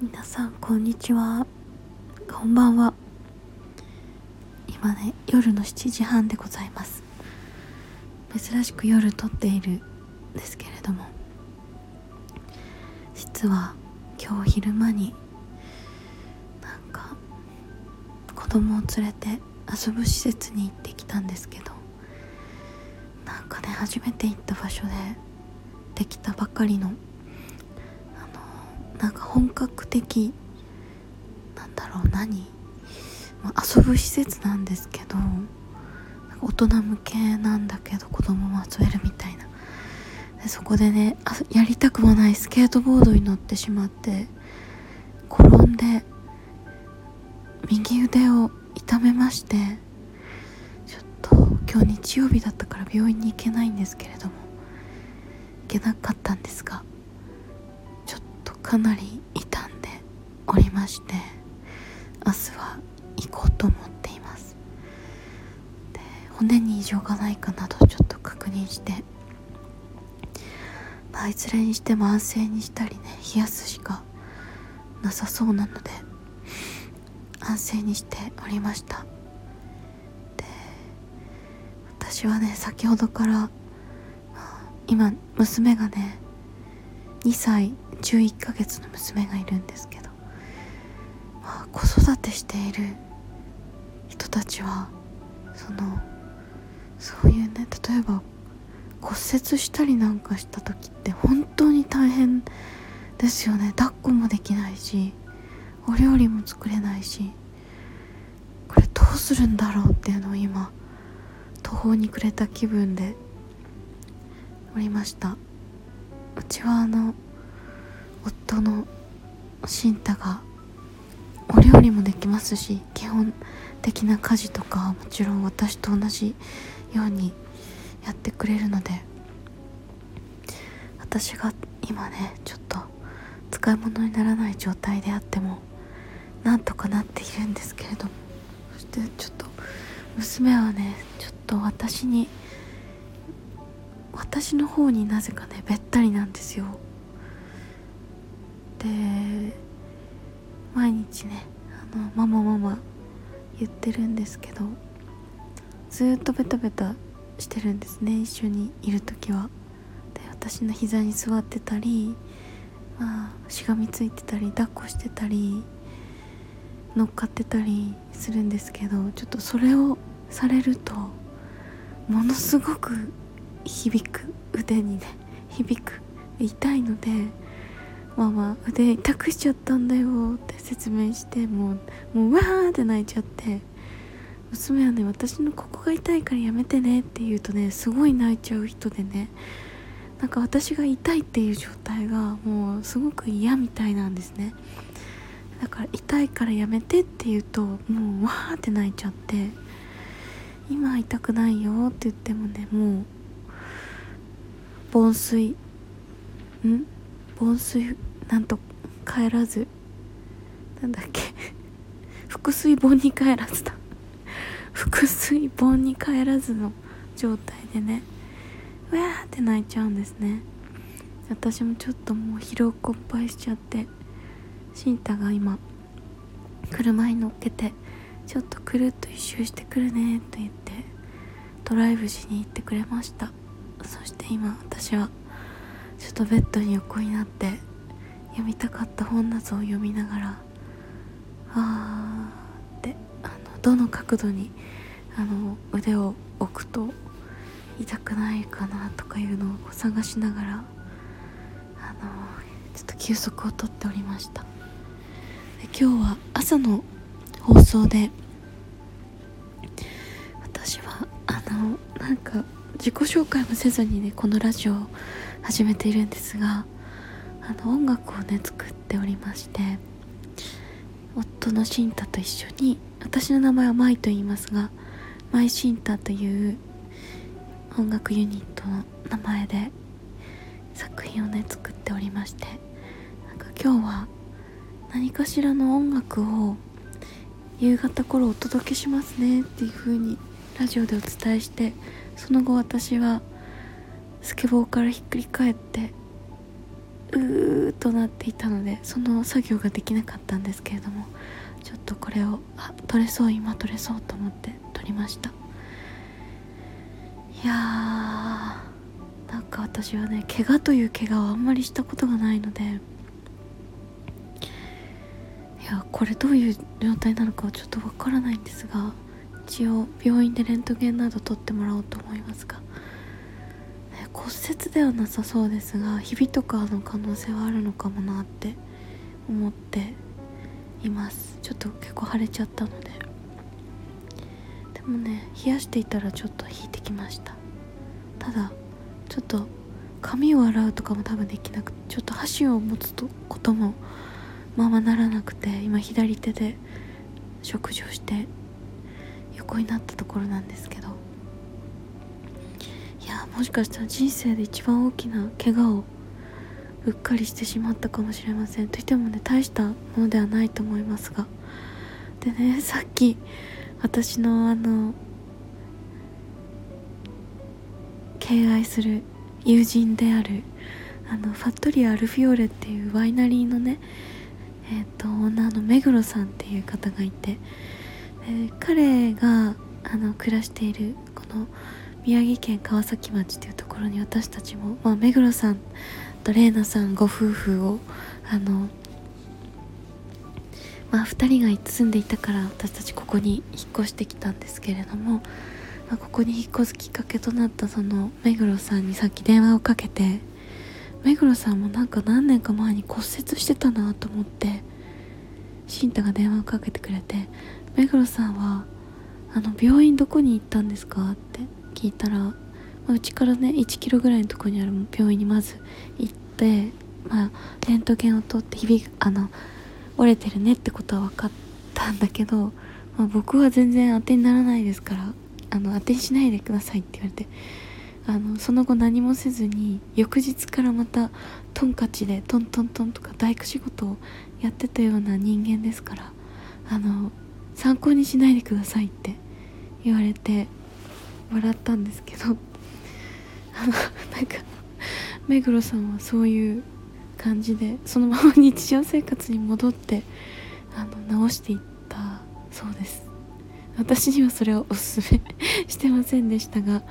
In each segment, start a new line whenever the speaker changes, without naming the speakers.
皆さんこんにちは、こんばんは。今ね、夜の7時半でございます。珍しく夜撮っているんですけれども、実は今日昼間に子供を連れて遊ぶ施設に行ってきたんですけど、初めて行った場所でできたばかりの本格的遊ぶ施設なんですけど、大人向けなんだけど子供も遊べるみたいな。でそこでね、やりたくもないスケートボードに乗ってしまって転んで右腕を痛めまして、ちょっと今日日曜日だったから病院に行けないんですけれども、行けなかったんですが、ちょっとかなり痛んでおりまして、明日は行こうと思っています。で、骨に異常がないかなどちょっと確認して、いずれにしても安静にしたりね、冷やすしかなさそうなので安静にしておりました。で、私はね、先ほどから今娘がね、2歳11ヶ月の娘がいるんですけど、子育てしている人たちはそういうね、例えば骨折したりなんかした時って本当に大変ですよね。抱っこもできないし、お料理も作れないし、これどうするんだろうっていうのを今途方に暮れた気分でおりました。うちは夫の慎太がお料理もできますし、基本的な家事とかはもちろん私と同じようにやってくれるので、私が今ね、ちょっと使い物にならない状態であってもなんとかなっているんですけれども、そしてちょっと娘はね、ちょっと私の方になぜかねべったりなんですよ。で、毎日ね、ママ言ってるんですけど、ずっとベタベタしてるんですね、一緒にいるときは。で、私の膝に座ってたり、しがみついてたり、抱っこしてたり乗っかってたりするんですけど、ちょっとそれをされるとものすごく腕にね響く、痛いので、腕痛くしちゃったんだよって説明して、もうわーって泣いちゃって、娘はね、私のここが痛いからやめてねって言うとね、すごい泣いちゃう人でね、私が痛いっていう状態がもうすごく嫌みたいなんですね。だから痛いからやめてって言うともうわーって泣いちゃって、今痛くないよって言ってもね、もう盆水なんと帰らず、腹水盆に帰らずだ腹水盆に帰らずの状態でね、うわーって泣いちゃうんですね。私もちょっともう疲労困憊しちゃって、慎太が今車に乗っけて、ちょっとくるっと一周してくるねと言ってドライブしに行ってくれました。そして今私はちょっとベッドに横になって読みたかった本などを読みながら、ってどの角度に腕を置くと痛くないかなとかいうのを探しながらちょっと休息をとっておりました。で、今日は朝の放送で私は自己紹介もせずにね、このラジオを始めているんですが、音楽をね作っておりまして、夫のシンタと一緒に、私の名前はマイと言いますが、マイシンタという音楽ユニットの名前で作品をね作っておりまして、今日は何かしらの音楽を夕方頃お届けしますねっていう風にラジオでお伝えして、その後私はスケボーからひっくり返ってーとなっていたので、その作業ができなかったんですけれども、ちょっとこれを今取れそうと思って取りました。いやー、なんか私はね、怪我という怪我をあんまりしたことがないので、いやこれどういう状態なのかはちょっとわからないんですが、一応病院でレントゲンなど取ってもらおうと思いますが、骨折ではなさそうですが、ひびとかの可能性はあるのかもなって思っています。ちょっと結構腫れちゃったので。でもね、冷やしていたらちょっと引いてきました。ただちょっと髪を洗うとかも多分できなくて、ちょっと箸を持つこともままならなくて、今左手で食事をして横になったところなんですけど、いやもしかしたら人生で一番大きな怪我をうっかりしてしまったかもしれません。といってもね、大したものではないと思いますが、でね、さっき私の敬愛する友人であるファットリア・アルフィオーレっていうワイナリーのね、オーナーの目黒さんっていう方がいて、彼が暮らしているこの宮城県川崎町というところに、私たちも、目黒さんと玲奈さんご夫婦を2人が住んでいたから、私たちここに引っ越してきたんですけれども、ここに引っ越すきっかけとなったその目黒さんにさっき電話をかけて、目黒さんもなんか何年か前に骨折してたなと思って、慎太が電話をかけてくれて、目黒さんは病院どこに行ったんですかって聞いたら、うちからね1キロぐらいのところにある病院にまず行って、レントゲンを取って折れてるねってことは分かったんだけど、僕は全然当てにならないですから当てにしないでくださいって言われて、その後何もせずに翌日からまたトンカチでトントントンとか大工仕事をやってたような人間ですから、参考にしないでくださいって言われて笑ったんですけど、なんか目黒さんはそういう感じでそのまま日常生活に戻って直していったそうです。私にはそれをおすすめしてませんでしたが、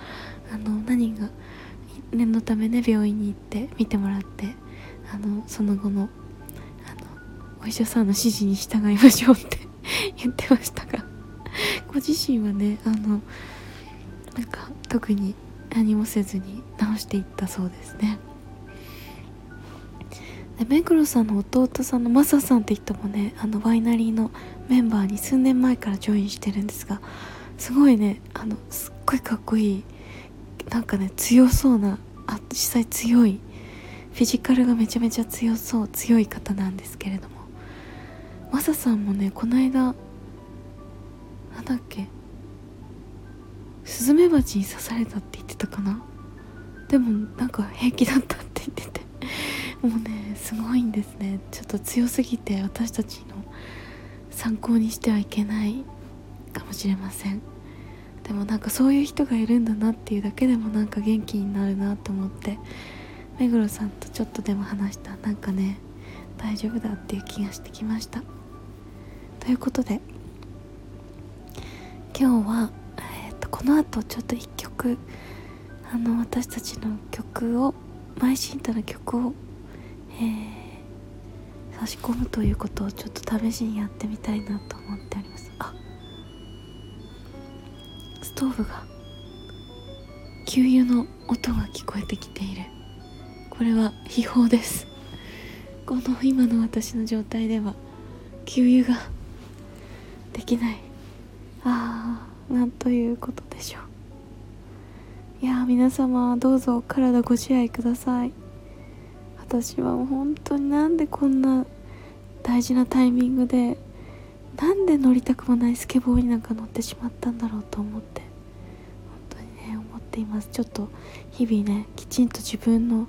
念のためね病院に行って見てもらって、その後のお医者さんの指示に従いましょうって言ってましたが、ご自身はね特に何もせずに直していったそうですね。で目黒さんの弟さんのマサさんって人もねワイナリーのメンバーに数年前からジョインしてるんですが、すごいねすっごいかっこいい、強そうな実際強いフィジカルがめちゃめちゃ強い方なんですけれども、マサさんもねこの間スズメバチに刺されたって言ってたかな。でも平気だったって言ってて、もうねすごいんですね。ちょっと強すぎて私たちの参考にしてはいけないかもしれません。でもそういう人がいるんだなっていうだけでも元気になるなと思って、目黒さんとちょっとでも話したら大丈夫だっていう気がしてきました。ということで今日は、この後ちょっと一曲私たちの曲をマイシンタの曲を、差し込むということをちょっと試しにやってみたいなと思っております。ストーブが給油の音が聞こえてきている。これは秘宝です。この今の私の状態では給油ができない。なんということでしょう。いや皆様どうぞお体ご自愛ください。私はもう本当になんでこんな大事なタイミングでなんで乗りたくもないスケボーに乗ってしまったんだろうと思って本当にね思っています。ちょっと日々ねきちんと自分の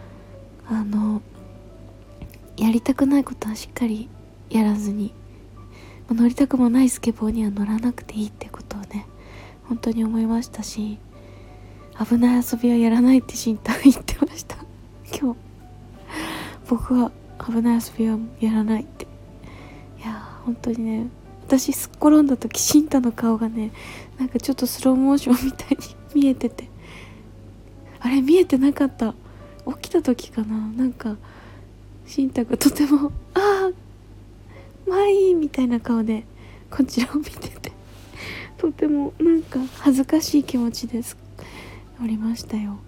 やりたくないことはしっかりやらずに、乗りたくもないスケボーには乗らなくていいってことをね本当に思いましたし、危ない遊びはやらないって慎太は言ってました。今日僕は危ない遊びはやらないって。いや本当にね、私すっ転んだ時シンタの顔がね、なんかちょっとスローモーションみたいに見えてて、あれ見えてなかった、起きた時かな、なんかシンタがとてもマイみたいな顔でこちらを見てて、とてもなんか恥ずかしい気持ちですおりましたよ。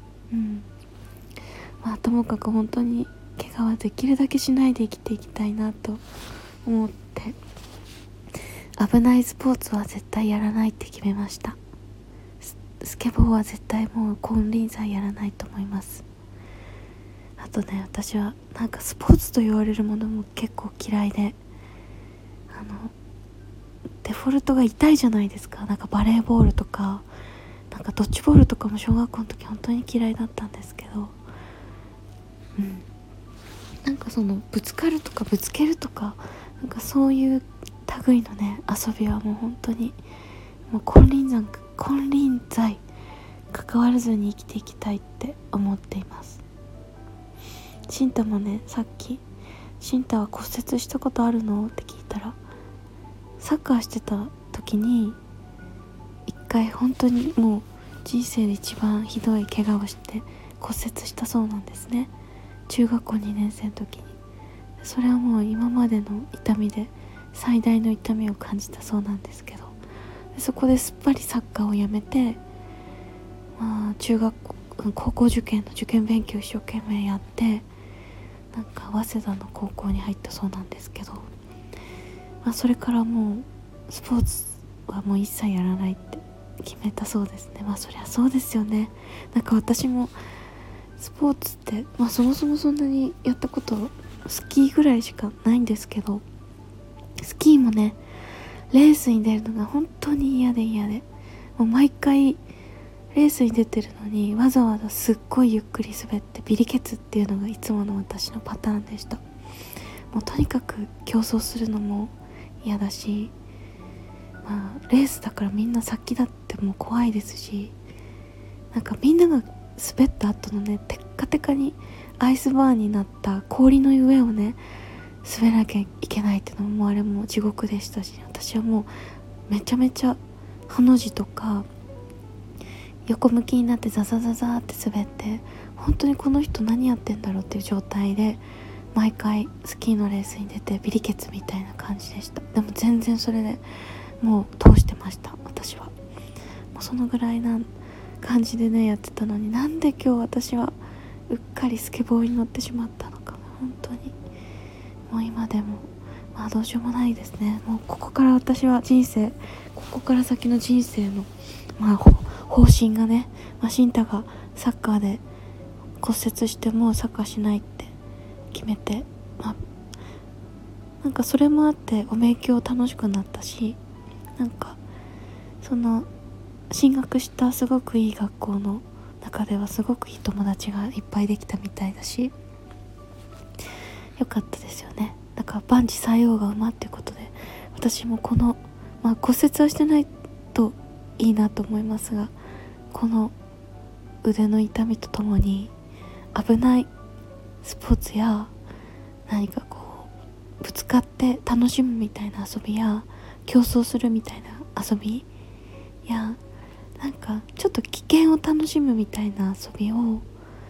ともかく本当に怪我はできるだけしないで生きていきたいなと思って、危ないスポーツは絶対やらないって決めました。スケボーは絶対もう金輪際やらないと思います。あとね、私はなんかスポーツと言われるものも結構嫌いで、デフォルトが痛いじゃないですか。なんかバレーボールとかなんかドッジボールとかも小学校の時本当に嫌いだったんですけど、なんかそのぶつかるとかぶつけるとか、なんかそういう類のね遊びはもう本当にもう金輪際関わらずに生きていきたいって思っています。シンタもね、さっきシンタは骨折したことあるのって聞いたら、サッカーしてた時に一回本当にもう人生で一番ひどい怪我をして骨折したそうなんですね。中学校2年生の時に。それはもう今までの痛みで最大の痛みを感じたそうなんですけど、そこですっぱりサッカーをやめて、高校受験の受験勉強を一生懸命やって、なんか早稲田の高校に入ったそうなんですけど、それからもうスポーツはもう一切やらないって決めたそうですね。そりゃそうですよね。なんか私もスポーツって、そもそもそんなにやったことスキーぐらいしかないんですけど、スキーもねレースに出るのが本当に嫌でもう毎回レースに出てるのにわざわざすっごいゆっくり滑ってビリケツっていうのがいつもの私のパターンでした。もうとにかく競争するのも嫌だし、レースだからみんな先だってもう怖いですし、なんかみんなが滑った後のねテッカテカにアイスバーンになった氷の上をね滑らなきゃいけないっていうのもあれも地獄でしたし、私はもうめちゃめちゃハの字とか横向きになってザザザザって滑って、本当にこの人何やってんだろうっていう状態で毎回スキーのレースに出てビリケツみたいな感じでした。でも全然それでもう通してました。私はもうそのぐらいな感じでねやってたのに、なんで今日私はうっかりスケボーに乗ってしまったのか、本当にもう今でもどうしようもないですね。もうここから私はここから先の人生の方針がね、シンタがサッカーで骨折してもうサッカーしないって決めて、なんかそれもあってお勉強楽しくなったし、なんかその進学したすごくいい学校の中ではすごくいい友達がいっぱいできたみたいだし、よかったですよね。だから万事塞翁が馬っていうことで、私もこの、骨折はしてないといいなと思いますが、この腕の痛みとともに危ないスポーツや何かぶつかって楽しむみたいな遊びや競争するみたいな遊びや、なんかちょっと危険を楽しむみたいな遊びを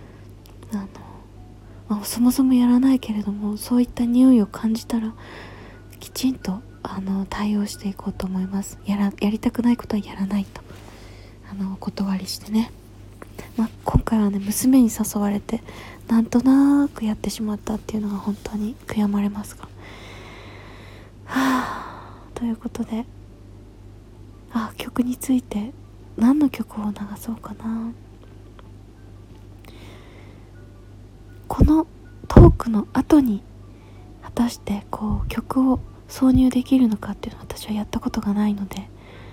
そもそもやらないけれども、そういった匂いを感じたらきちんと対応していこうと思います。やりたくないことはやらないとお断りしてね。今回はね娘に誘われてなんとなくやってしまったっていうのが本当に悔やまれますが、ということで曲について何の曲を流そうかな。このトークの後に果たして曲を挿入できるのかっていうのを私はやったことがないので、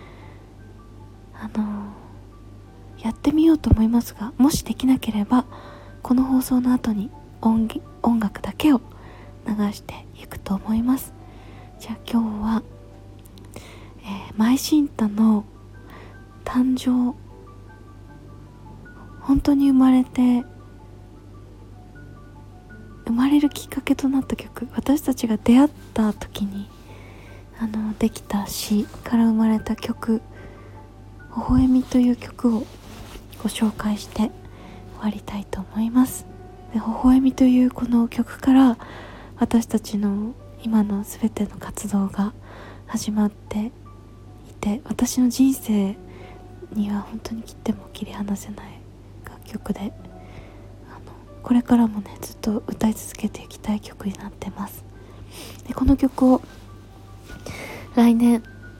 やってみようと思いますが、もしできなければこの放送の後に音楽だけを流していくと思います。じゃあ今日は、マイシンタの誕生、本当に生まれるきっかけとなった曲、私たちが出会った時にできた詩から生まれた曲、微笑みという曲をご紹介して終わりたいと思います。で、微笑みというこの曲から私たちの今の全ての活動が始まっていて、私の人生には本当に切っても切り離せない楽曲で、これからもねずっと歌い続けていきたい曲になってます。で、この曲を来年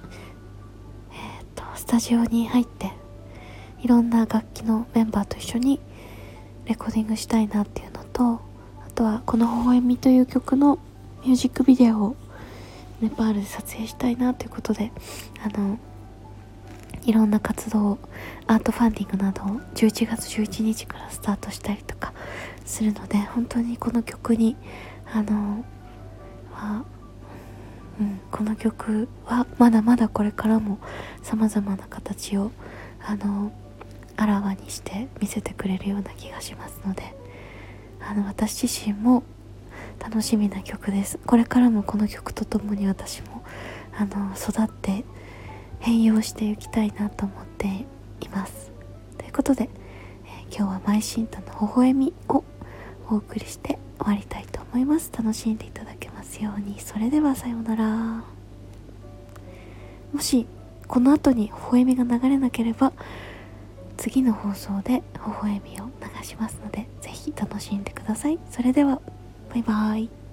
スタジオに入っていろんな楽器のメンバーと一緒にレコーディングしたいなっていうのと、あとはこの微笑みという曲のミュージックビデオをネパールで撮影したいなということで、いろんな活動を、アートファンディングなどを11月11日からスタートしたりとかするので、本当にこの曲にこの曲はまだまだこれからもさまざまな形をあらわにして見せてくれるような気がしますので、私自身も楽しみな曲です。これからもこの曲とともに私も育って変容していきたいなと思っています。ということで、今日はマイシンタの微笑みをお送りして終わりたいと思います。楽しんでいただけますように。それではさようなら。もしこの後に微笑みが流れなければ次の放送で微笑みを流しますので、ぜひ楽しんでください。それではバイバイ。